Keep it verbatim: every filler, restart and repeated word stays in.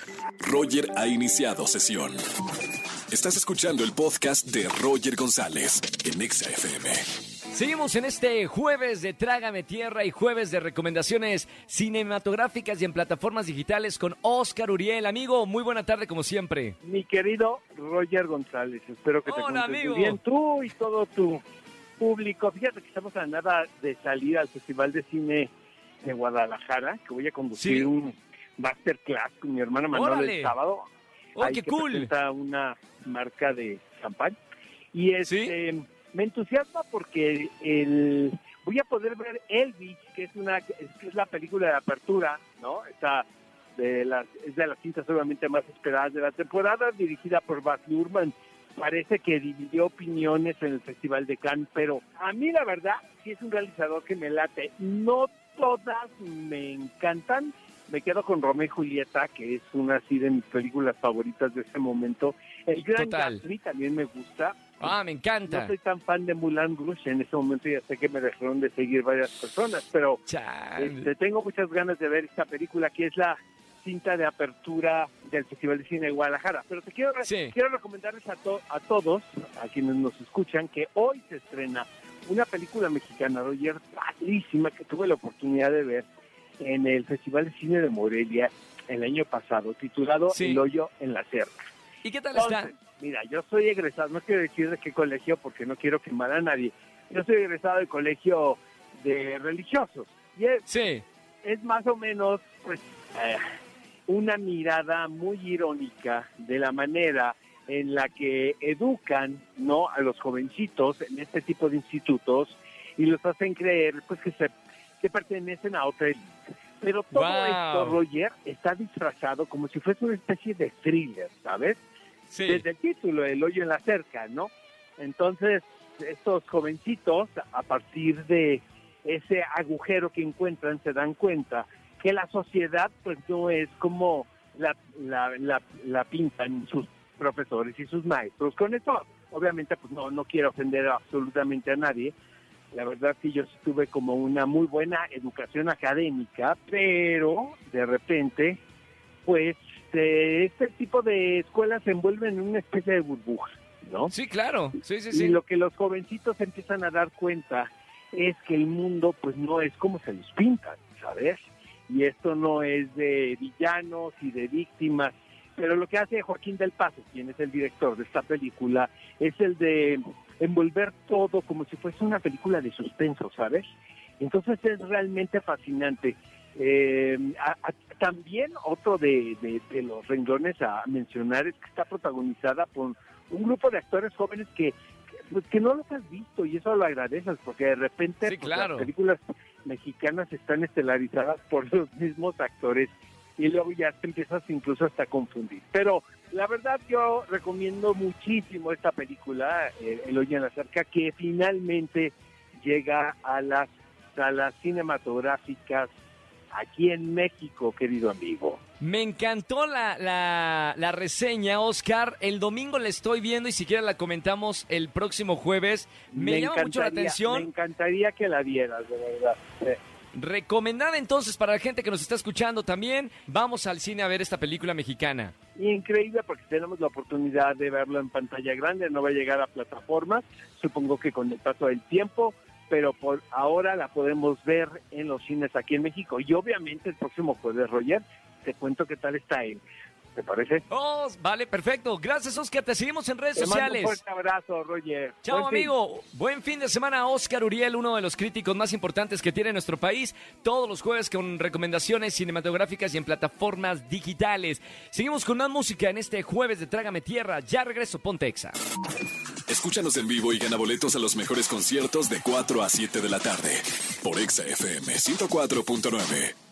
Roger ha iniciado sesión. Estás escuchando el podcast de Roger González en Exa F M. Seguimos en este jueves de Trágame Tierra y jueves de recomendaciones cinematográficas y en plataformas digitales con Oscar Uriel. Amigo, muy buena tarde como siempre. Mi querido Roger González, espero que te Hola, encuentres amigo. muy bien tú y todo tu público. Fíjate que estamos a nada de salir al Festival de Cine de Guadalajara, que voy a conducir Sí. un masterclass con mi hermano Manuel ¡Órale! el sábado. ¡Oh, Ahí qué que cool! presenta una marca de champán. Y este, ¿Sí? me entusiasma porque el, voy a poder ver Elvis, que es una que es la película de apertura, ¿no? Está de las, es de las cintas obviamente más esperadas de la temporada, dirigida por Baz Luhrmann. Parece que dividió opiniones en el Festival de Cannes, pero a mí la verdad sí es un realizador que me late. No todas me encantan. Me quedo con Romeo y Julieta, que es una así de mis películas favoritas de este momento. El Gran Total. Gatsby también me gusta. Ah, me encanta. No soy tan fan de Moulin Rouge, en ese momento ya sé que me dejaron de seguir varias personas, pero Chale. este, tengo muchas ganas de ver esta película, que es la cinta de apertura del Festival de Cine de Guadalajara. Pero te quiero, re- Sí. quiero recomendarles a, to- a todos, a quienes nos escuchan, que hoy se estrena una película mexicana, Roger, padrísima, que tuve la oportunidad de ver en el Festival de Cine de Morelia el año pasado, titulado Sí. El hoyo en la cerca. ¿Y qué tal Entonces, está? mira, yo soy egresado, no quiero decir de qué colegio porque no quiero quemar a nadie. Yo soy egresado del colegio de religiosos y es, Sí. es más o menos pues eh, una mirada muy irónica de la manera en la que educan, ¿no?, a los jovencitos en este tipo de institutos y los hacen creer pues que se que pertenecen a otra élite. Pero todo Wow. esto, Roger, está disfrazado como si fuese una especie de thriller, ¿sabes? Sí. Desde el título, El hoyo en la cerca, ¿no? Entonces, estos jovencitos, a partir de ese agujero que encuentran, se dan cuenta que la sociedad, pues, no es como la, la, la, la pintan sus profesores y sus maestros. Con eso, obviamente, pues, no, no quiero ofender absolutamente a nadie. La verdad que yo sí tuve como una muy buena educación académica, pero de repente, pues, eh, este tipo de escuelas se envuelven en una especie de burbuja, ¿no? Sí, claro. Sí, sí, Y sí. lo que los jovencitos empiezan a dar cuenta es que el mundo, pues, no es como se los pintan, ¿sabes? Y esto no es de villanos y de víctimas, pero lo que hace Joaquín del Paso, quien es el director de esta película, es el de envolver todo como si fuese una película de suspenso, ¿sabes? Entonces es realmente fascinante. Eh, a- a- también otro de, de- de los renglones a mencionar es que está protagonizada por un grupo de actores jóvenes que, que, pues, que no los has visto y eso lo agradeces porque de repente Sí, pues, claro. las películas mexicanas están estelarizadas por los mismos actores y luego ya te empiezas incluso hasta a confundir. Pero la verdad yo recomiendo muchísimo esta película, eh, El hoyo en la cerca, que finalmente llega a las salas cinematográficas aquí en México, querido amigo. Me encantó la, la, la reseña, Oscar. El domingo la estoy viendo y si quieres la comentamos el próximo jueves. Me, llama mucho la encantaría- atención. Me encantaría que la vieras, de verdad. Eh, Recomendada entonces para la gente que nos está escuchando también. Vamos al cine a ver esta película mexicana. Increíble porque tenemos la oportunidad de verlo en pantalla grande, no va a llegar a plataformas, supongo que con el paso del tiempo, pero por ahora la podemos ver en los cines aquí en México. Y obviamente el próximo jueves, Roger, te cuento qué tal está él. ¿Te parece? Oh, vale, perfecto. Gracias, Oscar. Te seguimos en redes Te mando sociales. un fuerte abrazo, Roger. Chao, Buen fin. amigo. Buen fin de semana, Oscar Uriel, uno de los críticos más importantes que tiene nuestro país. Todos los jueves con recomendaciones cinematográficas y en plataformas digitales. Seguimos con más música en este jueves de Trágame Tierra. Ya regreso, ponte Exa. Escúchanos en vivo y gana boletos a los mejores conciertos de cuatro a siete de la tarde por Exa F M ciento cuatro punto nueve.